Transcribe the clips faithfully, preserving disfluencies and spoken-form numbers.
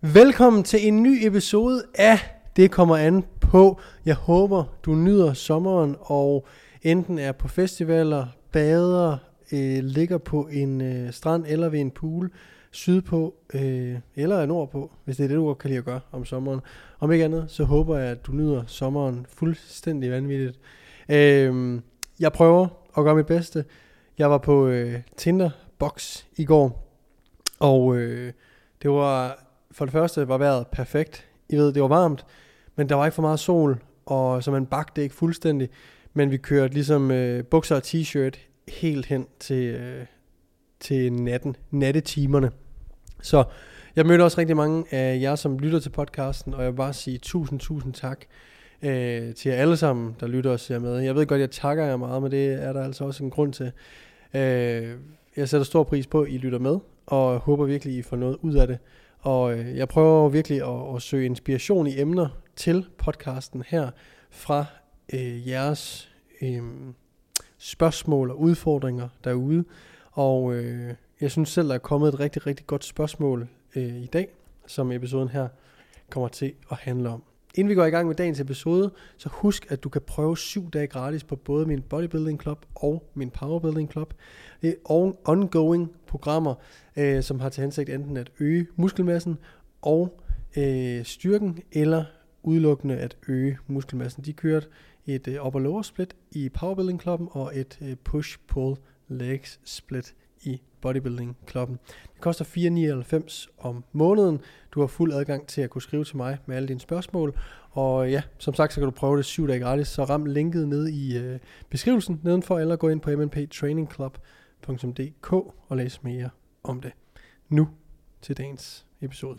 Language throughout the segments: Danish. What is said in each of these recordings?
Velkommen til en ny episode af Det kommer an på. Jeg håber, du nyder sommeren og enten er på festivaler, bader, øh, ligger på en øh, strand eller ved en pool sydpå øh, eller nordpå, hvis det er det, du kan lide at gøre om sommeren. Om ikke andet, så håber jeg, at du nyder sommeren fuldstændig vanvittigt. Øh, jeg prøver at gøre mit bedste. Jeg var på øh, Tinderbox i går, og øh, det var... For det første var vejret perfekt. I ved, det var varmt, men der var ikke for meget sol, og så man bagte ikke fuldstændig. Men vi kørte ligesom øh, bukser og t-shirt helt hen til, øh, til natten, nattetimerne. Så jeg mødte også rigtig mange af jer, som lytter til podcasten, og jeg vil bare sige tusind, tusind tak øh, til jer alle sammen, der lytter og ser med. Jeg ved godt, jeg takker jer meget, men det er der altså også en grund til. Øh, jeg sætter stor pris på, at I lytter med, og håber virkelig, I får noget ud af det. Og øh, jeg prøver virkelig at, at søge inspiration i emner til podcasten her fra øh, jeres øh, spørgsmål og udfordringer derude. Og øh, jeg synes selv, der er kommet et rigtig, rigtig godt spørgsmål øh, i dag, som episoden her kommer til at handle om. Inden vi går i gang med dagens episode, så husk, at du kan prøve syv dage gratis på både min Bodybuilding Club og min Powerbuilding Club. Det er ongoing programmer, øh, som har til hensigt enten at øge muskelmassen og øh, styrken, eller udelukkende at øge muskelmassen. De kørte et øh, upper lower split i Powerbuilding Clubben og et øh, push-pull legs split i Bodybuilding Clubben. Det koster fire nioghalvfems om måneden. Du har fuld adgang til at kunne skrive til mig med alle dine spørgsmål. Og ja, som sagt, så kan du prøve det syv dage gratis. Så ram linket ned i øh, beskrivelsen nedenfor, eller gå ind på m n p training club punktum d k og læs mere om det. Nu til dagens episode.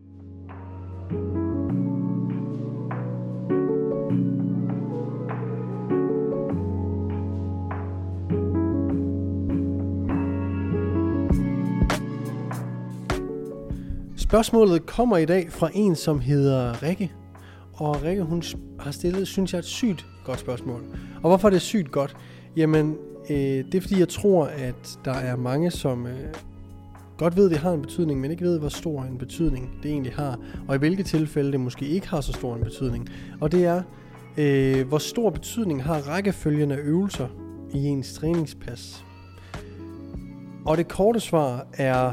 Spørgsmålet kommer i dag fra en, som hedder Rikke. Og Rikke, hun har stillet, synes jeg, et sygt godt spørgsmål. Og hvorfor er det sygt godt? Jamen, øh, det er fordi, jeg tror, at der er mange, som øh, godt ved, at det har en betydning, men ikke ved, hvor stor en betydning det egentlig har. Og i hvilke tilfælde det måske ikke har så stor en betydning. Og det er, øh, hvor stor betydning har rækkefølgen af øvelser i ens træningspas. Og det korte svar er...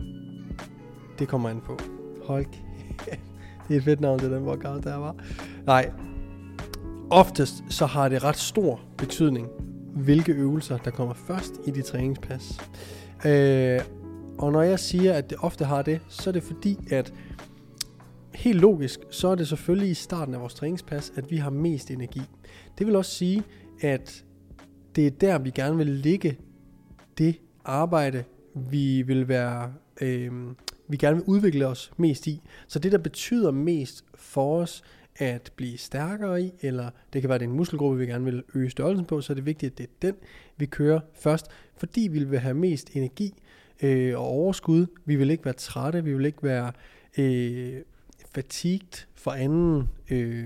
Det kommer an på. Hold kæft. Det er et fedt navn til den podcast, der var. Nej. Oftest så har det ret stor betydning, hvilke øvelser, der kommer først i de træningspas. Øh, og når jeg siger, at det ofte har det, så er det fordi, at helt logisk, så er det selvfølgelig i starten af vores træningspas, at vi har mest energi. Det vil også sige, at det er der, vi gerne vil ligge det arbejde, vi vil være... Øh, vi gerne vil udvikle os mest i. Så det, der betyder mest for os at blive stærkere i, eller det kan være, det er en muskelgruppe, vi gerne vil øge størrelsen på, så er det vigtigt, at det er den, vi kører først, fordi vi vil have mest energi øh, og overskud. Vi vil ikke være trætte, vi vil ikke være øh, fatigued for anden øh,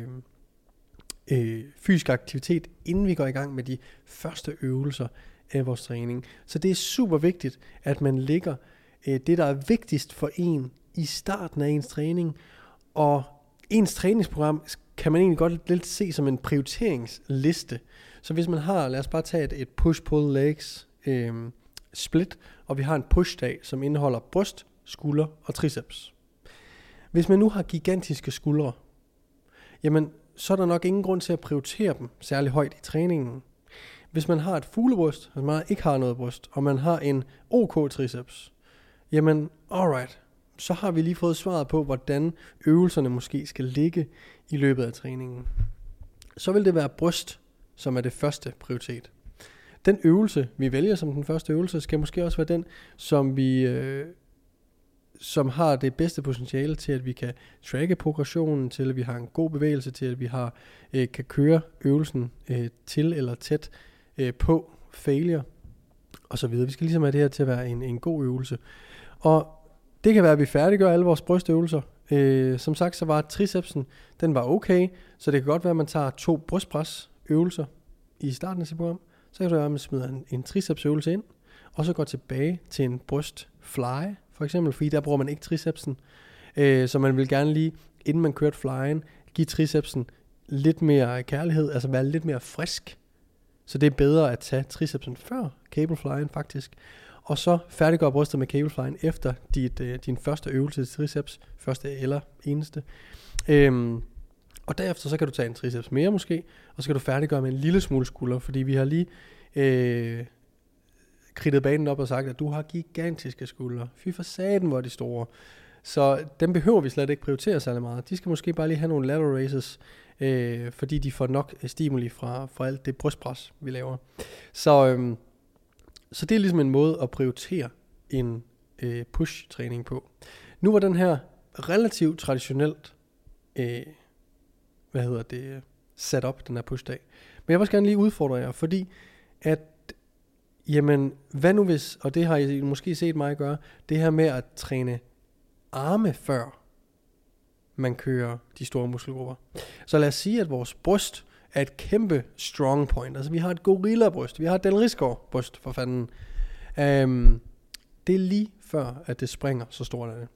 øh, fysisk aktivitet, inden vi går i gang med de første øvelser af vores træning. Så det er super vigtigt, at man ligger det, der er vigtigst for en i starten af ens træning. Og ens træningsprogram kan man egentlig godt lidt se som en prioriteringsliste. Så hvis man har, lad os bare tage et, et push-pull legs øh, split, og vi har en push-dag, som indeholder bryst, skulder og triceps. Hvis man nu har gigantiske skuldre, jamen så er der nok ingen grund til at prioritere dem særlig højt i træningen. Hvis man har et fuglebryst, hvis man ikke har noget bryst, og man har en OK triceps, jamen, alright, så har vi lige fået svaret på, hvordan øvelserne måske skal ligge i løbet af træningen. Så vil det være bryst, som er det første prioritet. Den øvelse, vi vælger som den første øvelse, skal måske også være den, som vi, øh, som har det bedste potentiale til, at vi kan tracke progressionen, til at vi har en god bevægelse, til at vi har øh, kan køre øvelsen øh, til eller tæt øh, på failure, og så videre. Vi skal ligesom have det her til at være en, en god øvelse. Og det kan være, at vi færdiggør alle vores brystøvelser. Øh, som sagt, så var tricepsen, den var okay, så det kan godt være, at man tager to brystpresøvelser i starten af sit program. Så kan det være, at man smider en, en tricepsøvelse ind, og så går tilbage til en brystfly, for eksempel, fordi der bruger man ikke tricepsen. Øh, så man vil gerne lige, inden man kører et flyen, give tricepsen lidt mere kærlighed, altså være lidt mere frisk. Så det er bedre at tage tricepsen før cable flyen faktisk. Og så færdiggøre brystet med cable flyen efter dit, øh, din første øvelse til triceps, første eller eneste. Øhm, og derefter så kan du tage en triceps mere måske, og så kan du færdiggøre med en lille smule skulder, fordi vi har lige øh, kridtet banen op og sagt, at du har gigantiske skuldre. Fy for satan, hvor er de store. Så dem behøver vi slet ikke prioritere særlig meget. De skal måske bare lige have nogle lateral raises, øh, fordi de får nok stimuli fra, fra alt det brystpres, vi laver. Så, øh, så det er ligesom en måde at prioritere en øh, push-træning på. Nu var den her relativt traditionelt øh, hvad hedder det, sat op, den her push-dag. Men jeg vil også gerne lige udfordre jer, fordi at, jamen, hvad nu hvis, og det har I måske set mig gøre, det her med at træne arme før man kører de store muskelgrupper. Så lad os sige, at vores bryst er et kæmpe strong point. Altså vi har et gorilla-bryst, vi har et Del Risco-bryst for fanden. Um, det er lige før, at det springer så stort af det.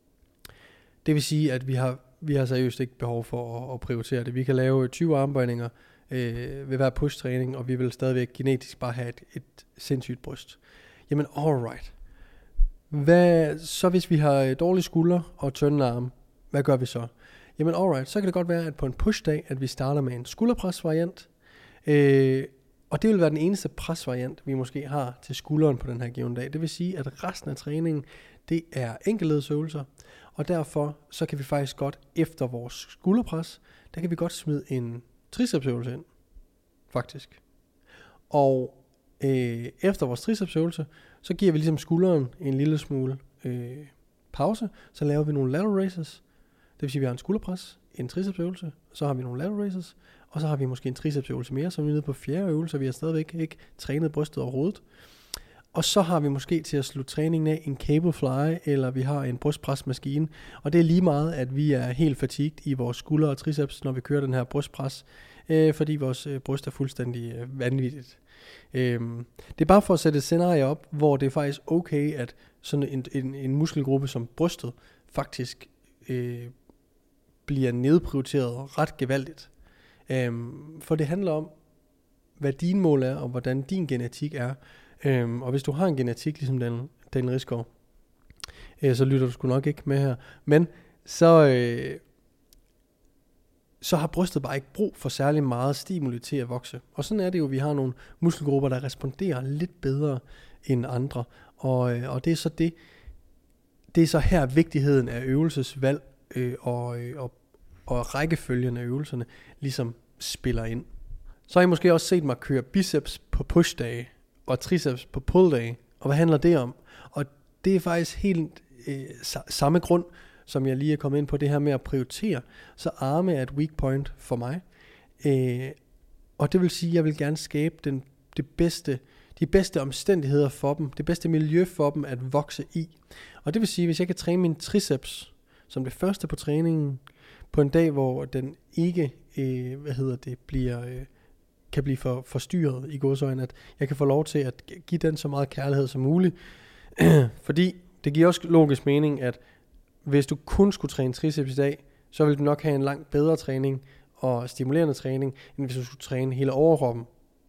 Det vil sige, at vi har, vi har seriøst ikke behov for at, at prioritere det. Vi kan lave tyve armbøjninger øh, ved hver push-træning, og vi vil stadigvæk genetisk bare have et, et sindssygt bryst. Jamen alright. Hvad, så hvis vi har dårlige skuldre og tynde arme, hvad gør vi så? Jamen alright, så kan det godt være, at på en push-dag, at vi starter med en skulderpres-variant. Øh, og det vil være den eneste presvariant, vi måske har til skulderen på den her givne dag. Det vil sige, at resten af træningen, det er enkeltledsøvelser. Og derfor, så kan vi faktisk godt, efter vores skulderpres, der kan vi godt smide en tricepsøvelse ind. Faktisk. Og øh, efter vores tricepsøvelse, så giver vi ligesom skulderen en lille smule øh, pause. Så laver vi nogle lateral raises. Det vil sige, at vi har en skulderpres, en tricepsøvelse, så har vi nogle lateral raises, og så har vi måske en tricepsøvelse mere, så er vi nede på fjerde øvelse, vi har stadigvæk ikke trænet brystet overhovedet. Og så har vi måske til at slutte træningen af en cable fly, eller vi har en brystpresmaskine, og det er lige meget, at vi er helt fatigued i vores skulder og triceps, når vi kører den her brystpres, øh, fordi vores øh, bryst er fuldstændig øh, vanvittigt. Øh, det er bare for at sætte et scenarie op, hvor det er faktisk okay, at sådan en, en, en muskelgruppe som brystet faktisk øh, bliver nedprioriteret ret gevaldigt. Øhm, for det handler om, hvad din mål er, og hvordan din genetik er. Øhm, og hvis du har en genetik, ligesom den, den Risgaard, øh, så lytter du sgu nok ikke med her. Men så, øh, så har brystet bare ikke brug for særlig meget stimuli til at vokse. Og sådan er det jo, vi har nogle muskelgrupper, der responderer lidt bedre end andre. Og, øh, og det er så det, det er så her vigtigheden af øvelsesvalg øh, og, øh, og og rækkefølgen af øvelserne ligesom spiller ind. Så har I måske også set mig køre biceps på push-dage og triceps på pull-dage. Og hvad handler det om? Og det er faktisk helt øh, samme grund, som jeg lige er kommet ind på, det her med at prioritere. Så arme er et weak point for mig. Øh, og det vil sige, at jeg vil gerne skabe den, det bedste, de bedste omstændigheder for dem, det bedste miljø for dem at vokse i. Og det vil sige, at hvis jeg kan træne min triceps som det første på træningen, på en dag, hvor den ikke, øh, hvad hedder det, bliver, øh, kan blive for, forstyrret i godsøjne, at jeg kan få lov til at give den så meget kærlighed som muligt. Fordi det giver også logisk mening, at hvis du kun skulle træne triceps i dag, så vil du nok have en langt bedre træning og stimulerende træning, end hvis du skulle træne hele overkroppen.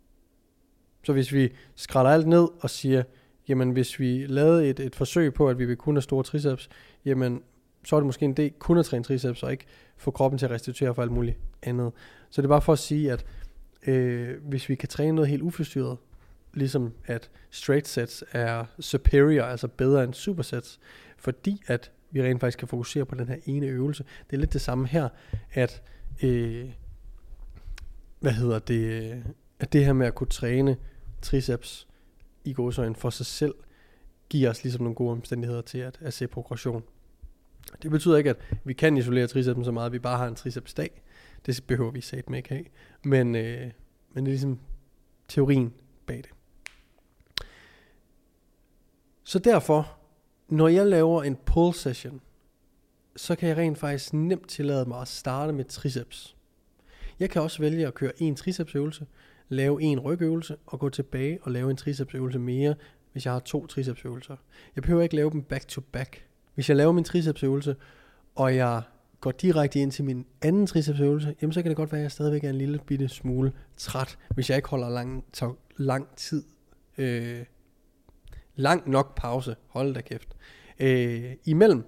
Så hvis vi skræller alt ned og siger, jamen hvis vi lavede et, et forsøg på, at vi vil kun have store triceps, jamen så er det måske en idé kun at træne triceps, og ikke få kroppen til at restituere for alt muligt andet. Så det er bare for at sige, at øh, hvis vi kan træne noget helt uforstyrret, ligesom at straight sets er superior, altså bedre end supersets, fordi at vi rent faktisk kan fokusere på den her ene øvelse. Det er lidt det samme her, at øh, hvad hedder det, at det her med at kunne træne triceps i gåseøjne for sig selv, giver os ligesom nogle gode omstændigheder til at, at se progression. Det betyder ikke, at vi kan isolere tricepsen så meget, at vi bare har en tricepsdag. Det behøver vi satme ikke have. Men, øh, men det er ligesom teorien bag det. Så derfor, når jeg laver en pull session, så kan jeg rent faktisk nemt tillade mig at starte med triceps. Jeg kan også vælge at køre en tricepsøvelse, lave en rygøvelse og gå tilbage og lave en tricepsøvelse mere, hvis jeg har to tricepsøvelser. Jeg behøver ikke lave dem back to back. Hvis jeg laver min tricepsøvelse, og jeg går direkte ind til min anden tricepsøvelse, jamen så kan det godt være, at jeg stadigvæk er en lille bitte smule træt, hvis jeg ikke holder lang, lang tid, øh, lang nok pause, hold da kæft, øh, imellem.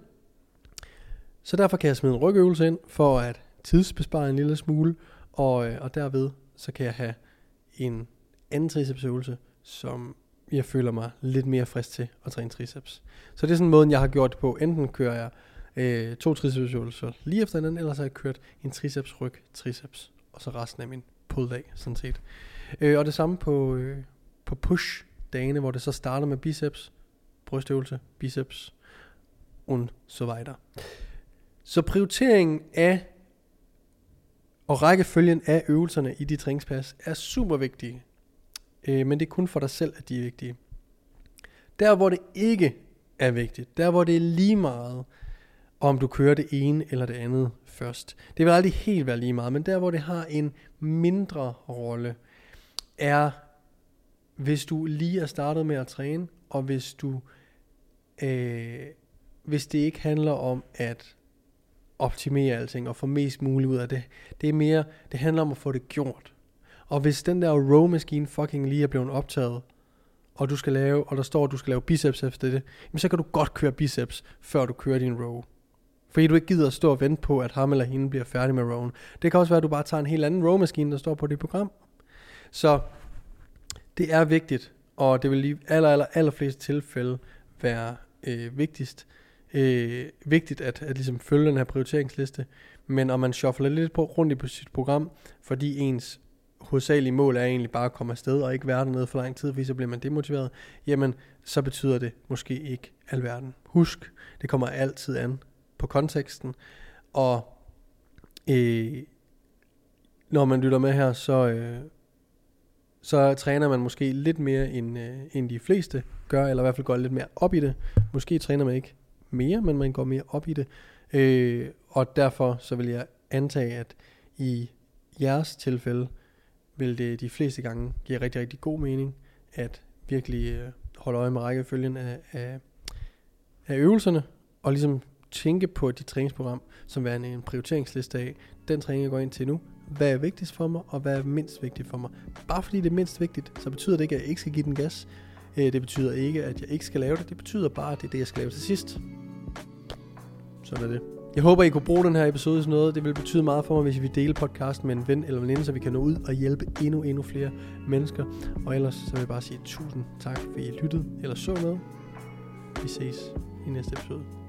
Så derfor kan jeg smide en rygøvelse ind, for at tidsbespare en lille smule, og, øh, og derved, så kan jeg have en anden tricepsøvelse, som jeg føler mig lidt mere frisk til at træne triceps. Så det er sådan en måde, jeg har gjort det på. Enten kører jeg øh, to tricepsøvelser lige efter hinanden, eller så har jeg kørt en triceps, ryg, triceps, og så resten af min pull-dag, sådan set. Øh, og det samme på, øh, på push-dagene, hvor det så starter med biceps, brystøvelse, biceps, og så videre. Så prioriteringen af og rækkefølgen af øvelserne i de træningspas er super vigtige. Øh, men det er kun for dig selv, at de er vigtige. Der hvor det ikke er vigtigt, der hvor det er lige meget, om du kører det ene eller det andet først. Det vil aldrig helt være lige meget, men der hvor det har en mindre rolle, er hvis du lige er startet med at træne, og hvis du øh, hvis det ikke handler om at optimere alting og få mest muligt ud af det. Det er mere, det handler om at få det gjort. Og hvis den der row-maskine fucking lige er blevet optaget, og du skal lave, og der står, at du skal lave biceps efter det, jamen så kan du godt køre biceps, før du kører din row. Fordi du ikke gider at stå og vente på, at ham eller hende bliver færdig med rowen. Det kan også være, at du bare tager en helt anden row-maskine, der står på dit program. Så det er vigtigt, og det vil i aller, aller, aller fleste tilfælde være øh, vigtigst, Øh, vigtigt at, at ligesom følge den her prioriteringsliste, men om man shuffler lidt på, rundt i på sit program, fordi ens hovedsagelige mål er egentlig bare at komme afsted og ikke være dernede for lang tid, fordi så bliver man demotiveret, jamen så betyder det måske ikke alverden. Husk, det kommer altid an på konteksten, og øh, når man lytter med her, så øh, så træner man måske lidt mere end, øh, end de fleste gør, eller i hvert fald går lidt mere op i det. Måske træner man ikke mere, men man går mere op i det. Øh, og derfor så vil jeg antage, at i jeres tilfælde vil det de fleste gange give rigtig, rigtig god mening at virkelig øh, holde øje med rækkefølgen af, af, af øvelserne, og ligesom tænke på dit træningsprogram som værende en prioriteringsliste af den træning, jeg går ind til nu. Hvad er vigtigst for mig, og hvad er mindst vigtigt for mig? Bare fordi det er mindst vigtigt, så betyder det ikke, at jeg ikke skal give den gas. Det betyder ikke, at jeg ikke skal lave det. Det betyder bare, at det er det, jeg skal lave til sidst. Sådan er det. Jeg håber, I kunne bruge den her episode til noget. Det vil betyde meget for mig, hvis I vil dele podcasten med en ven eller veninde, så vi kan nå ud og hjælpe endnu, endnu flere mennesker. Og ellers så vil jeg bare sige tusind tak, fordi I lyttede eller så med. Vi ses i næste episode.